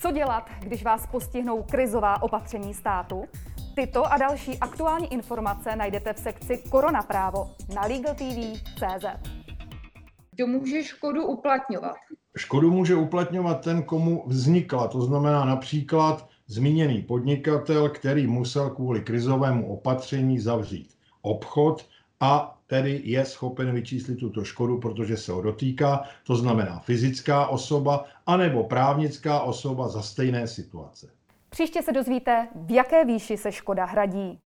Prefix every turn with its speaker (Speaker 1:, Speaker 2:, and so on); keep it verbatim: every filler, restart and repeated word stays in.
Speaker 1: Co dělat, když vás postihnou krizová opatření státu? Tyto a další aktuální informace najdete v sekci Koronaprávo na legal t v tečka cé zet.
Speaker 2: Kdo může škodu uplatňovat?
Speaker 3: Škodu může uplatňovat ten, komu vznikla, to znamená například zmíněný podnikatel, který musel kvůli krizovému opatření zavřít obchod a tedy je schopen vyčíslit tuto škodu, protože se ho dotýká, to znamená fyzická osoba anebo právnická osoba za stejné situace.
Speaker 1: Příště se dozvíte, v jaké výši se škoda hradí.